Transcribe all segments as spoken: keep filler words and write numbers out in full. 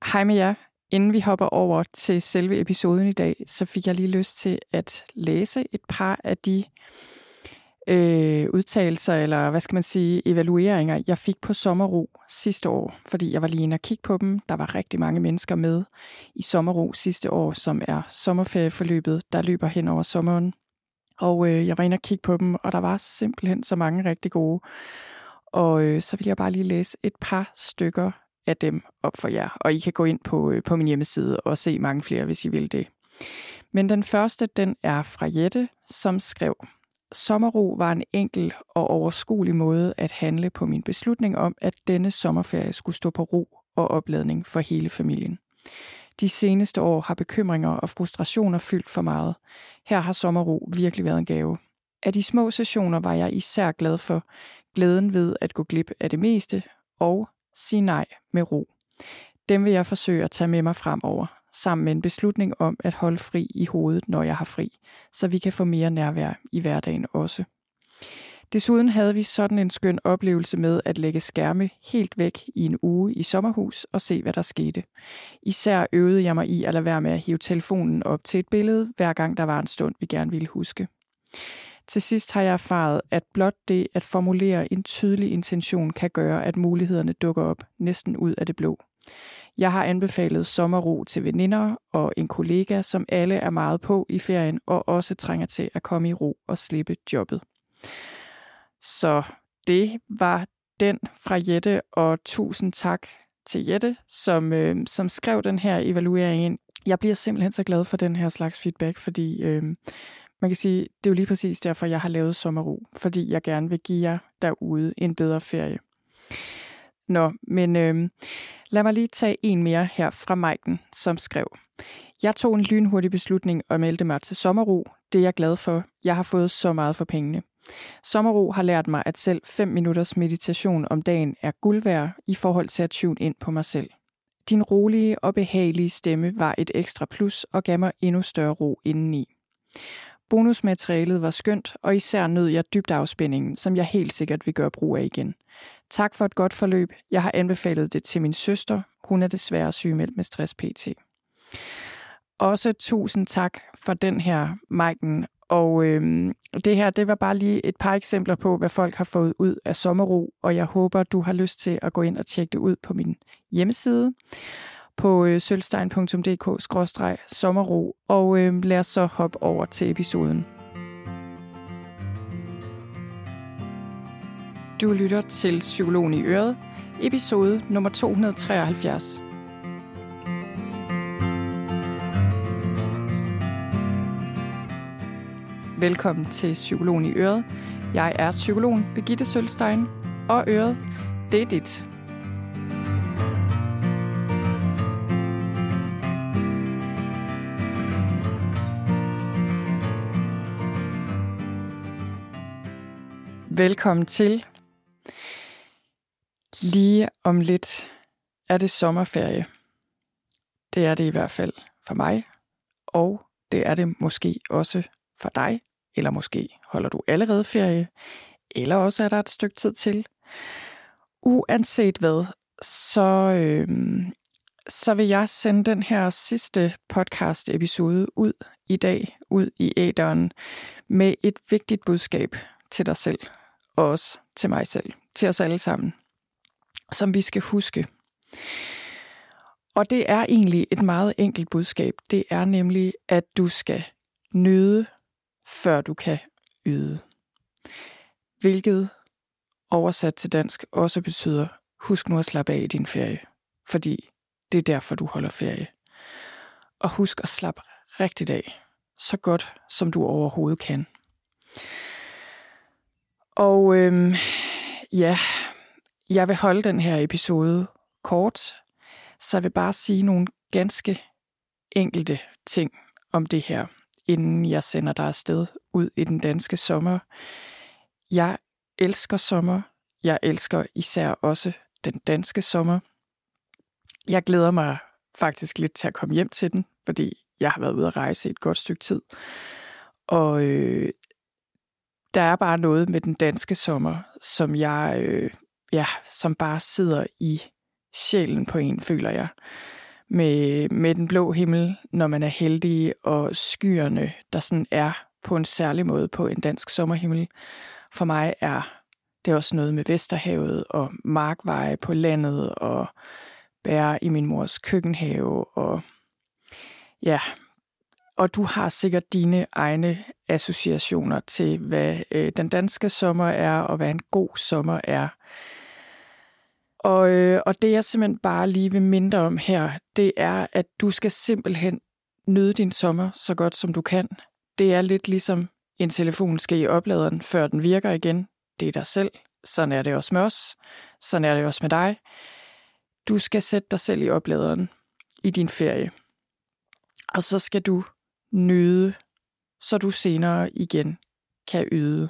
Hej med jer. Inden vi hopper over til selve episoden i dag, så fik jeg lige lyst til at læse et par af de øh, udtalelser, eller hvad skal man sige, evalueringer, jeg fik på Sommerro sidste år, fordi jeg var lige inde og kigge på dem. Der var rigtig mange mennesker med i Sommerro sidste år, som er sommerferieforløbet, der løber hen over sommeren. Og øh, jeg var inde og kigge på dem, og der var simpelthen så mange rigtig gode. Og øh, så vil jeg bare lige læse et par stykker af dem op for jer. Og I kan gå ind på, øh, på min hjemmeside og se mange flere, hvis I vil det. Men den første, den er fra Jette, som skrev: Sommerro var en enkel og overskuelig måde at handle på min beslutning om, at denne sommerferie skulle stå på ro og opladning for hele familien. De seneste år har bekymringer og frustrationer fyldt for meget. Her har Sommerro virkelig været en gave. Af de små sessioner var jeg især glad for glæden ved at gå glip af det meste og sige nej med ro. Dem vil jeg forsøge at tage med mig fremover, sammen med en beslutning om at holde fri i hovedet, når jeg har fri, så vi kan få mere nærvær i hverdagen også. Desuden havde vi sådan en skøn oplevelse med at lægge skærme helt væk i en uge i sommerhus og se, hvad der skete. Især øvede jeg mig i at lade være med at hive telefonen op til et billede, hver gang der var en stund, vi gerne ville huske. Til sidst har jeg erfaret, at blot det at formulere en tydelig intention kan gøre, at mulighederne dukker op næsten ud af det blå. Jeg har anbefalet Sommerro til veninder og en kollega, som alle er meget på i ferien og også trænger til at komme i ro og slippe jobbet. Så det var den fra Jette, og tusind tak til Jette, som, øh, som skrev den her evaluering ind. Jeg bliver simpelthen så glad for den her slags feedback, fordi øh, man kan sige, det er jo lige præcis derfor, jeg har lavet Sommerro, fordi jeg gerne vil give jer derude en bedre ferie. Nå, men øh, lad mig lige tage en mere her fra Maiken, som skrev: Jeg tog en lynhurtig beslutning og meldte mig til Sommerro. Det er jeg glad for. Jeg har fået så meget for pengene. Sommerro har lært mig, at selv fem minutters meditation om dagen er guld værd i forhold til at tune ind på mig selv. Din rolige og behagelige stemme var et ekstra plus og gav mig endnu større ro indeni. Bonusmaterialet var skønt, og især nød jeg dybdeafspændingen, som jeg helt sikkert vil gøre brug af igen. Tak for et godt forløb. Jeg har anbefalet det til min søster. Hun er desværre sygemeldt med stress P T. Også tusind tak for den her, Maiken. Og øhm, det her, det var bare lige et par eksempler på, hvad folk har fået ud af Sommerro, og jeg håber, du har lyst til at gå ind og tjekke det ud på min hjemmeside på øh, sølvstein punktum d k skråstreg sommerro, og øh, lad os så hoppe over til episoden. Du lytter til Psykologen i Øret, episode nummer to hundrede treoghalvfjerds. Velkommen til Psykologen i Øret. Jeg er psykologen Birgitte Sølvstein, og Øret, det er dit. Velkommen til. Lige om lidt er det sommerferie. Det er det i hvert fald for mig, og det er det måske også for dig, eller måske holder du allerede ferie, eller også er der et stykke tid til. Uanset hvad, så, øh, så vil jeg sende den her sidste podcast-episode ud i dag, ud i æteren, med et vigtigt budskab til dig selv, og også til mig selv, til os alle sammen, som vi skal huske. Og det er egentlig et meget enkelt budskab. Det er nemlig, at du skal nyde, før du kan yde. Hvilket oversat til dansk også betyder, husk nu at slappe af i din ferie, fordi det er derfor, du holder ferie. Og husk at slappe rigtigt af, så godt som du overhovedet kan. Og øhm, ja, jeg vil holde den her episode kort, så jeg vil bare sige nogle ganske enkelte ting om det her, inden jeg sender dig afsted ud i den danske sommer. Jeg elsker sommer. Jeg elsker især også den danske sommer. Jeg glæder mig faktisk lidt til at komme hjem til den, fordi jeg har været ude at rejse et godt stykke tid. Og øh, der er bare noget med den danske sommer, som jeg, øh, ja, som bare sidder i sjælen på en, føler jeg. med, med den blå himmel, når man er heldig, og skyerne, der sådan er på en særlig måde på en dansk sommerhimmel. For mig er det også noget med Vesterhavet og markveje på landet og bær i min mors køkkenhave. Og ja, og du har sikkert dine egne associationer til, hvad øh, den danske sommer er, og hvad en god sommer er. Og, øh, og det jeg simpelthen bare lige vil minde om her, det er, at du skal simpelthen nyde din sommer så godt som du kan. Det er lidt ligesom en telefon skal i opladeren, før den virker igen. Det er dig selv. Sådan er det også med os. Sådan er det også med dig. Du skal sætte dig selv i opladeren i din ferie. Og så skal du nyde, så du senere igen kan yde.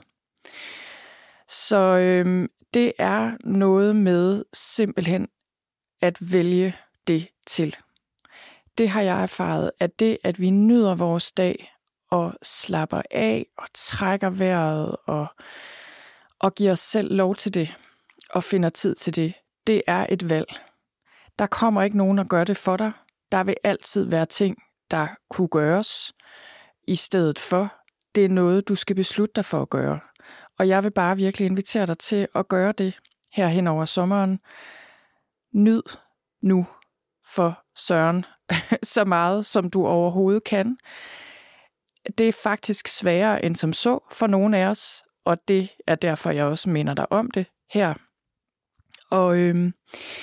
Så øhm, det er noget med simpelthen at vælge det til. Det har jeg erfaret, at det, at vi nyder vores dag og slapper af og trækker vejret og, og giver os selv lov til det og finder tid til det, det er et valg. Der kommer ikke nogen at gøre det for dig. Der vil altid være ting, der kunne gøres i stedet for. Det er noget, du skal beslutte dig for at gøre. Og jeg vil bare virkelig invitere dig til at gøre det her hen over sommeren. Nyd nu for søren så meget, som du overhovedet kan. Det er faktisk sværere end som så for nogle af os, og det er derfor, jeg også minder dig om det her. Og øhm,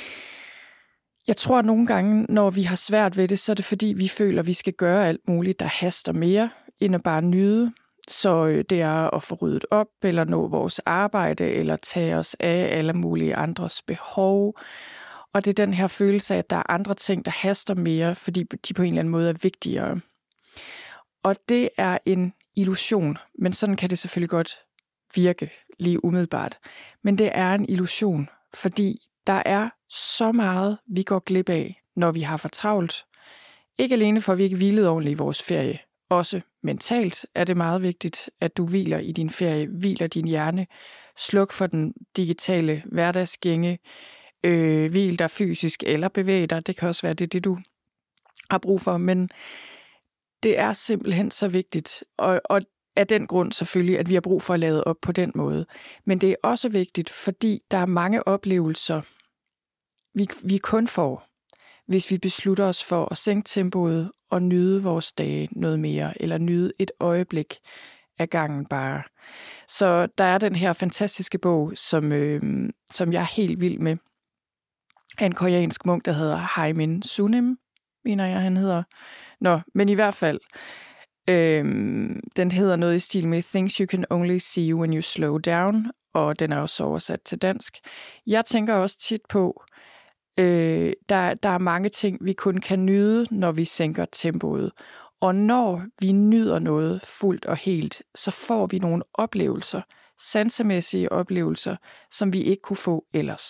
jeg tror, at nogle gange, når vi har svært ved det, så er det fordi, vi føler, at vi skal gøre alt muligt, der haster mere, end at bare nyde. Så det er at få ryddet op, eller nå vores arbejde, eller tage os af alle mulige andres behov. Og det er den her følelse af, at der er andre ting, der haster mere, fordi de på en eller anden måde er vigtigere. Og det er en illusion, men sådan kan det selvfølgelig godt virke lige umiddelbart. Men det er en illusion, fordi der er så meget, vi går glip af, når vi har for travlt. Ikke alene for, at vi ikke hvilede ordentligt i vores ferie. Også mentalt er det meget vigtigt, at du hviler i din ferie, hviler din hjerne, sluk for den digitale hverdagsgænge, øh, hvil dig fysisk eller bevæg dig. Det kan også være det, det du har brug for, men det er simpelthen så vigtigt, og, og af den grund selvfølgelig, at vi har brug for at lade op på den måde. Men det er også vigtigt, fordi der er mange oplevelser, vi, vi kun får, hvis vi beslutter os for at sænke tempoet og nyde vores dage noget mere, eller nyde et øjeblik af gangen bare. Så der er den her fantastiske bog, som, øh, som jeg er helt vild med, af en koreansk munk, der hedder Haemin Sunim, mener jeg, han hedder. Nå, men i hvert fald, øh, den hedder noget i stil med Things You Can Only See When You Slow Down, og den er også oversat til dansk. Jeg tænker også tit på, øh, der, der er mange ting, vi kun kan nyde, når vi sænker tempoet. Og når vi nyder noget fuldt og helt, så får vi nogle oplevelser, sansemæssige oplevelser, som vi ikke kunne få ellers.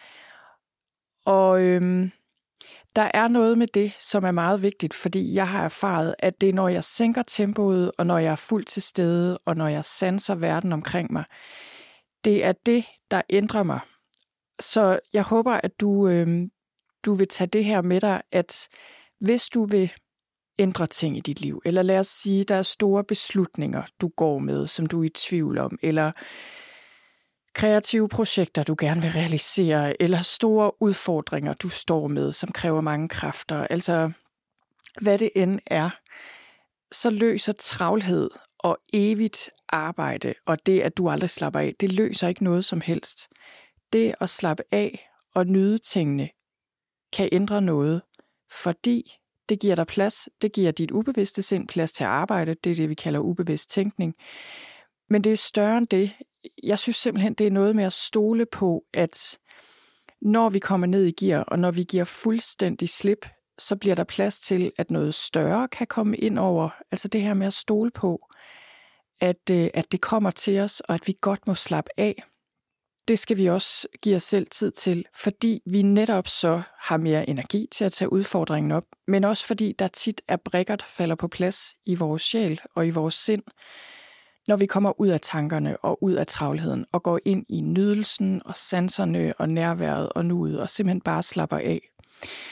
Og øhm, der er noget med det, som er meget vigtigt, fordi jeg har erfaret, at det er, når jeg sænker tempoet, og når jeg er fuldt til stede, og når jeg sanser verden omkring mig, det er det, der ændrer mig. Så jeg håber, at du, øhm, du vil tage det her med dig, at hvis du vil ændre ting i dit liv, eller lad os sige, der er store beslutninger, du går med, som du er i tvivl om, eller kreative projekter, du gerne vil realisere, eller store udfordringer, du står med, som kræver mange kræfter, altså hvad det end er, så løser travlhed og evigt arbejde, og det, at du aldrig slapper af, det løser ikke noget som helst. Det at slappe af og nyde tingene kan ændre noget, fordi det giver dig plads, det giver dit ubevidste sind plads til at arbejde, det er det, vi kalder ubevidst tænkning. Men det er større end det. Jeg synes simpelthen, det er noget med at stole på, at når vi kommer ned i gear, og når vi giver fuldstændig slip, så bliver der plads til, at noget større kan komme ind over. Altså det her med at stole på, at, at det kommer til os, og at vi godt må slappe af. Det skal vi også give os selv tid til, fordi vi netop så har mere energi til at tage udfordringen op, men også fordi der tit er brikker, der falder på plads i vores sjæl og i vores sind, når vi kommer ud af tankerne og ud af travlheden og går ind i nydelsen og sanserne og nærværet og nuet og simpelthen bare slapper af.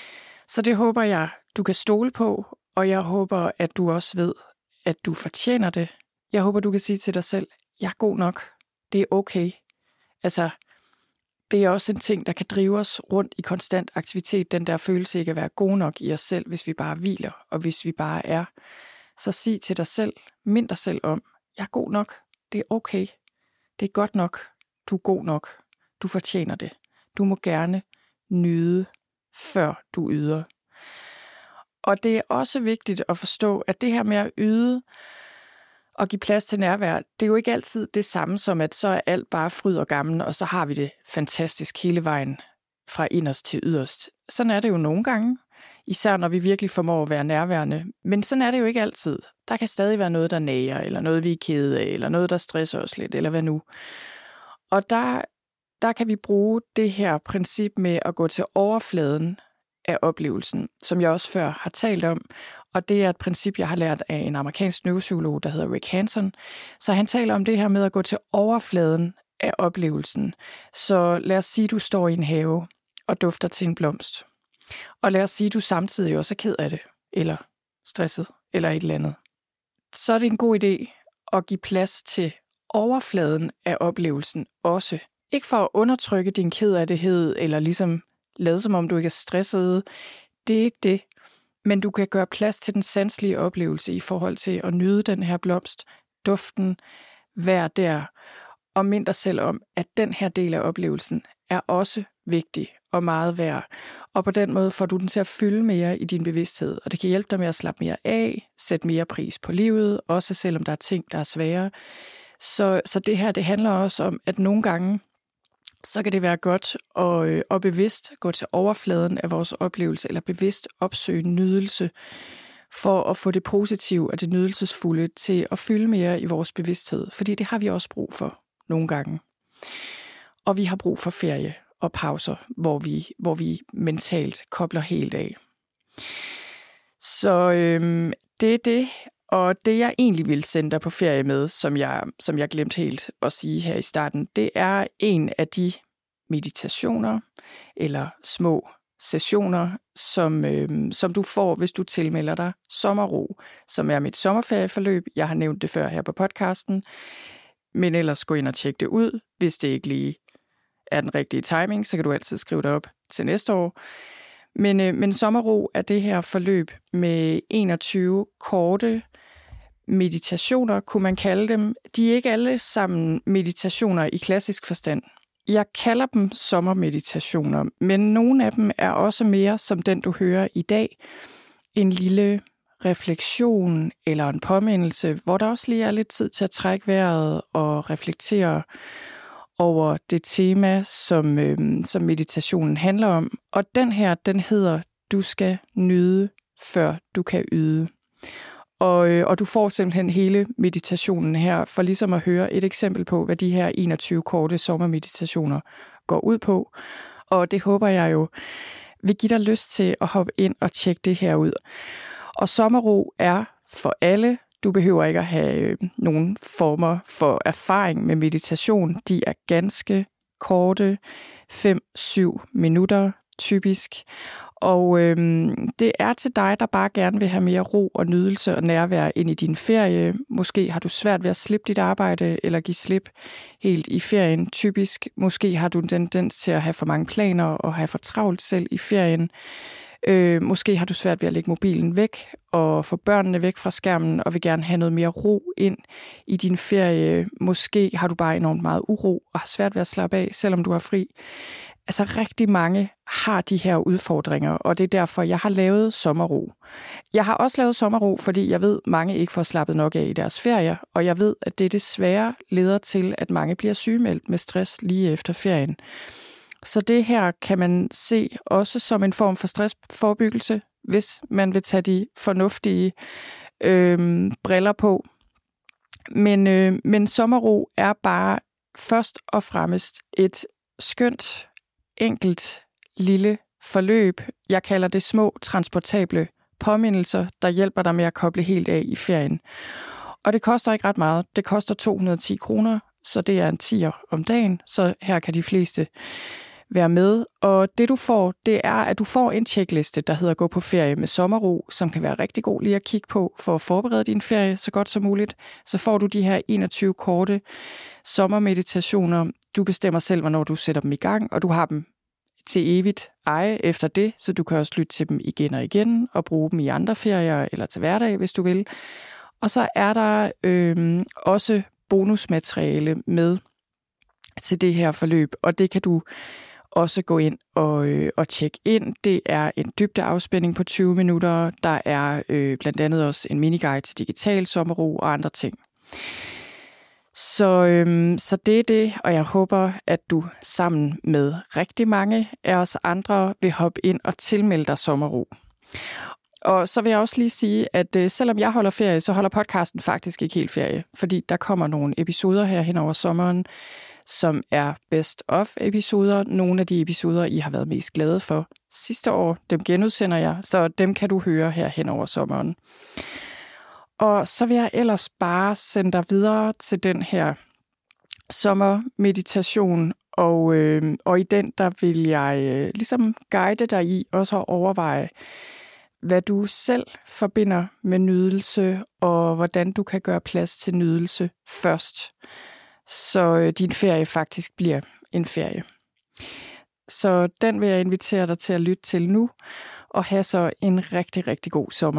Så det håber jeg, du kan stole på, og jeg håber, at du også ved, at du fortjener det. Jeg håber, du kan sige til dig selv, jeg er god nok. Det er okay. Altså, det er også en ting, der kan drive os rundt i konstant aktivitet, den der følelse ikke at være god nok i os selv, hvis vi bare hviler, og hvis vi bare er. Så sig til dig selv, mind dig selv om, jeg er god nok. Det er okay. Det er godt nok. Du er god nok. Du fortjener det. Du må gerne nyde, før du yder. Og det er også vigtigt at forstå, at det her med at yde og give plads til nærvær, det er jo ikke altid det samme som, at så er alt bare fryd og gammel, og så har vi det fantastisk hele vejen fra inderst til yderst. Sådan er det jo nogle gange, især når vi virkelig formår at være nærværende. Men sådan er det jo ikke altid. Der kan stadig være noget, der nager, eller noget, vi er kede af, eller noget, der stresser os lidt, eller hvad nu. Og der, der kan vi bruge det her princip med at gå til overfladen af oplevelsen, som jeg også før har talt om. Og det er et princip, jeg har lært af en amerikansk neuropsykolog, der hedder Rick Hanson. Så han taler om det her med at gå til overfladen af oplevelsen. Så lad os sige, at du står i en have og dufter til en blomst. Og lad os sige, at du samtidig også er ked af det, eller stresset, eller et eller andet. Så er det en god idé at give plads til overfladen af oplevelsen også. Ikke for at undertrykke din kedelighed, eller ligesom lade som om du ikke er stresset. Det er ikke det. Men du kan gøre plads til den sanselige oplevelse i forhold til at nyde den her blomst, duften, vær der, og mind dig selv om, at den her del af oplevelsen er også vigtig og meget værd. Og på den måde får du den til at fylde mere i din bevidsthed, og det kan hjælpe dig med at slappe mere af, sætte mere pris på livet, også selvom der er ting, der er svære. Så, så det her, det handler også om, at nogle gange, så kan det være godt at, at bevidst gå til overfladen af vores oplevelse, eller bevidst opsøge nydelse, for at få det positive og det nydelsesfulde til at fylde mere i vores bevidsthed. Fordi det har vi også brug for nogle gange. Og vi har brug for ferie og pauser, hvor vi, hvor vi mentalt kobler helt af. Så øhm, det er det. Og det, jeg egentlig vil sende dig på ferie med, som jeg, som jeg glemte helt at sige her i starten, det er en af de meditationer eller små sessioner, som, øh, som du får, hvis du tilmelder dig Sommerro, som er mit sommerferieforløb. Jeg har nævnt det før her på podcasten, men ellers gå ind og tjek det ud. Hvis det ikke lige er den rigtige timing, så kan du altid skrive det op til næste år. Men, øh, men Sommerro er det her forløb med enogtyve korte meditationer, kunne man kalde dem. De er ikke alle sammen meditationer i klassisk forstand. Jeg kalder dem sommermeditationer, men nogle af dem er også mere som den, du hører i dag. En lille refleksion eller en påmindelse, hvor der også lige er lidt tid til at trække vejret og reflektere over det tema, som, øh, som meditationen handler om. Og den her, den hedder, du skal nyde, før du kan yde. Og, øh, og du får simpelthen hele meditationen her, for ligesom at høre et eksempel på, hvad de her enogtyve korte sommermeditationer går ud på. Og det håber jeg jo vil give dig lyst til at hoppe ind og tjekke det her ud. Og Sommerro er for alle. Du behøver ikke at have øh, nogen former for erfaring med meditation. De er ganske korte, fem til syv minutter typisk. Og øhm, det er til dig, der bare gerne vil have mere ro og nydelse og nærvær ind i din ferie. Måske har du svært ved at slippe dit arbejde eller give slip helt i ferien. Typisk, måske har du en tendens til at have for mange planer og have for travlt selv i ferien. Øh, måske har du svært ved at lægge mobilen væk og få børnene væk fra skærmen og vil gerne have noget mere ro ind i din ferie. Måske har du bare enormt meget uro og har svært ved at slappe af, selvom du har fri. Altså rigtig mange har de her udfordringer, og det er derfor, jeg har lavet Sommerro. Jeg har også lavet Sommerro, fordi jeg ved, at mange ikke får slappet nok af i deres ferier, og jeg ved, at det desværre leder til, at mange bliver sygemeldt med stress lige efter ferien. Så det her kan man se også som en form for stressforebyggelse, hvis man vil tage de fornuftige øh, briller på. Men, øh, men Sommerro er bare først og fremmest et skønt, enkelt, lille forløb. Jeg kalder det små, transportable påmindelser, der hjælper dig med at koble helt af i ferien. Og det koster ikke ret meget. Det koster to hundrede og ti kroner, så det er en tier om dagen. Så her kan de fleste være med. Og det du får, det er, at du får en checkliste, der hedder Gå på ferie med sommerro, som kan være rigtig god lige at kigge på for at forberede din ferie så godt som muligt. Så får du de her enogtyve korte sommermeditationer. Du bestemmer selv, hvornår du sætter dem i gang, og du har dem til evigt eje efter det, så du kan også lytte til dem igen og igen og bruge dem i andre ferier eller til hverdag, hvis du vil. Og så er der øh, også bonusmateriale med til det her forløb, og det kan du også gå ind og, øh, og tjekke ind. Det er en dybdeafspænding på tyve minutter. Der er øh, blandt andet også en miniguide til digital sommerro og andre ting. Så, øhm, så det er det, og jeg håber, at du sammen med rigtig mange af os andre vil hoppe ind og tilmelde dig sommerro. Og så vil jeg også lige sige, at øh, selvom jeg holder ferie, så holder podcasten faktisk ikke helt ferie, fordi der kommer nogle episoder her hen over sommeren, som er best of episoder. Nogle af de episoder, I har været mest glade for sidste år, dem genudsender jeg, så dem kan du høre her hen over sommeren. Og så vil jeg ellers bare sende dig videre til den her sommermeditation, og, øh, og i den der vil jeg øh, ligesom guide dig i også at overveje, hvad du selv forbinder med nydelse, og hvordan du kan gøre plads til nydelse først, så øh, din ferie faktisk bliver en ferie. Så den vil jeg invitere dig til at lytte til nu, og have så en rigtig, rigtig god sommer.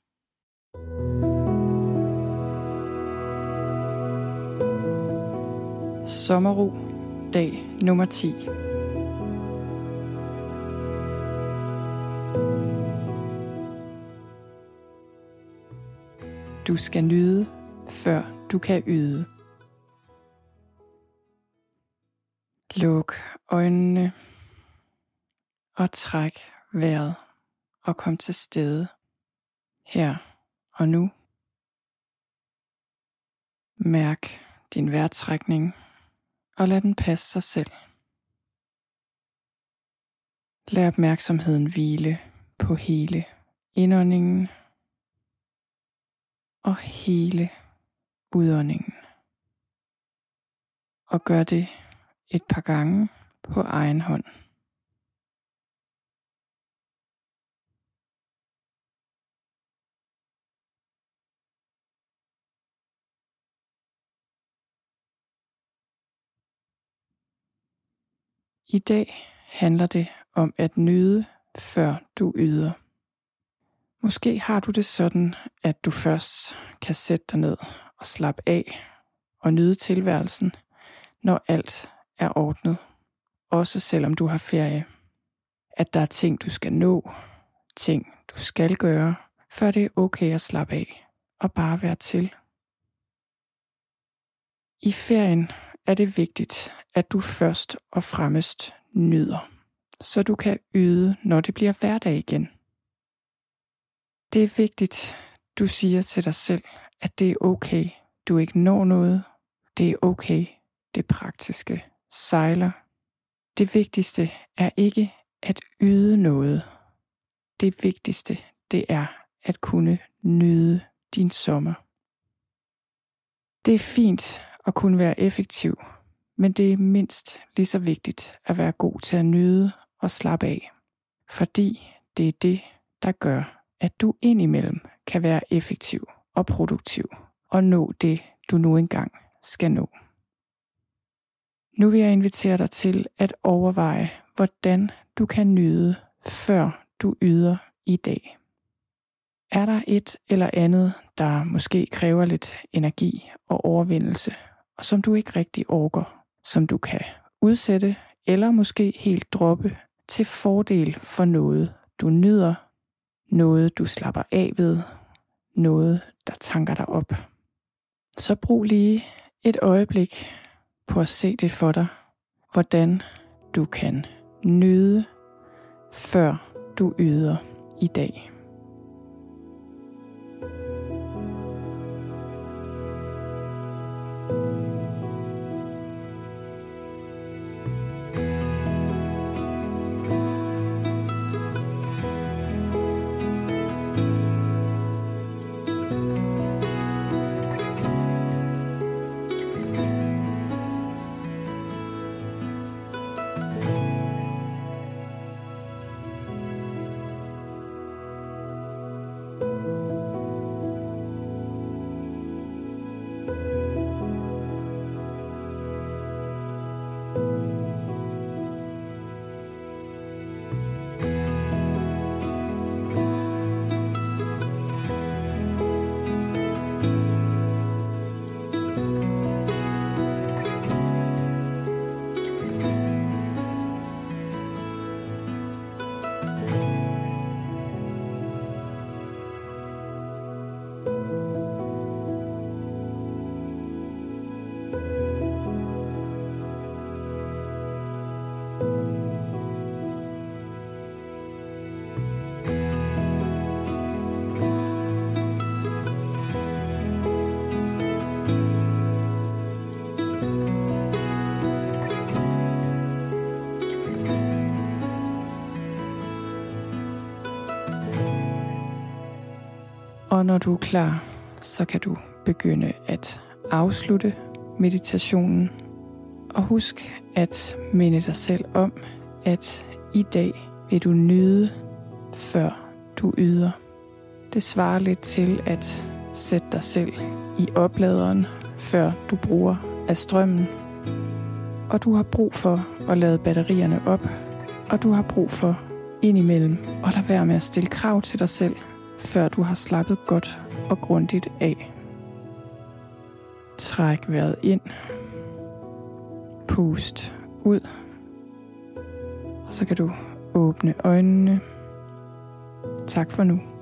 Sommerro, dag nummer ti. Du skal nyde, før du kan yde. Luk øjnene og træk vejret og kom til stede her og nu. Mærk din vejrtrækning og lad den passe sig selv. Lad opmærksomheden hvile på hele indåndingen og hele udåndingen. Og gør det et par gange på egen hånd. I dag handler det om at nyde, før du yder. Måske har du det sådan, at du først kan sætte dig ned og slappe af og nyde tilværelsen, når alt er ordnet. Også selvom du har ferie. At der er ting, du skal nå, ting, du skal gøre, før det er okay at slappe af og bare være til. I ferien er det vigtigt, at du først og fremmest nyder, så du kan yde, når det bliver hverdag igen. Det er vigtigt, du siger til dig selv, at det er okay, du ikke når noget. Det er okay, det praktiske sejler. Det vigtigste er ikke at yde noget. Det vigtigste, det er at kunne nyde din sommer. Det er fint at kunne være effektiv, men det er mindst lige så vigtigt at være god til at nyde og slappe af. Fordi det er det, der gør, at du indimellem kan være effektiv og produktiv og nå det, du nu engang skal nå. Nu vil jeg invitere dig til at overveje, hvordan du kan nyde, før du yder i dag. Er der et eller andet, der måske kræver lidt energi og overvindelse, og som du ikke rigtig orker, som du kan udsætte eller måske helt droppe til fordel for noget, du nyder, noget du slapper af ved, noget der tanker dig op. Så brug lige et øjeblik på at se det for dig, hvordan du kan nyde, før du yder i dag. Og når du er klar, så kan du begynde at afslutte meditationen. Og husk at minde dig selv om, at i dag vil du nyde, før du yder. Det svarer lidt til at sætte dig selv i opladeren, før du bruger af strømmen. Og du har brug for at lade batterierne op, og du har brug for indimellem at lade være med at stille krav til dig selv, før du har slappet godt og grundigt af. Træk vejret ind. Pust ud. Og så kan du åbne øjnene. Tak for nu.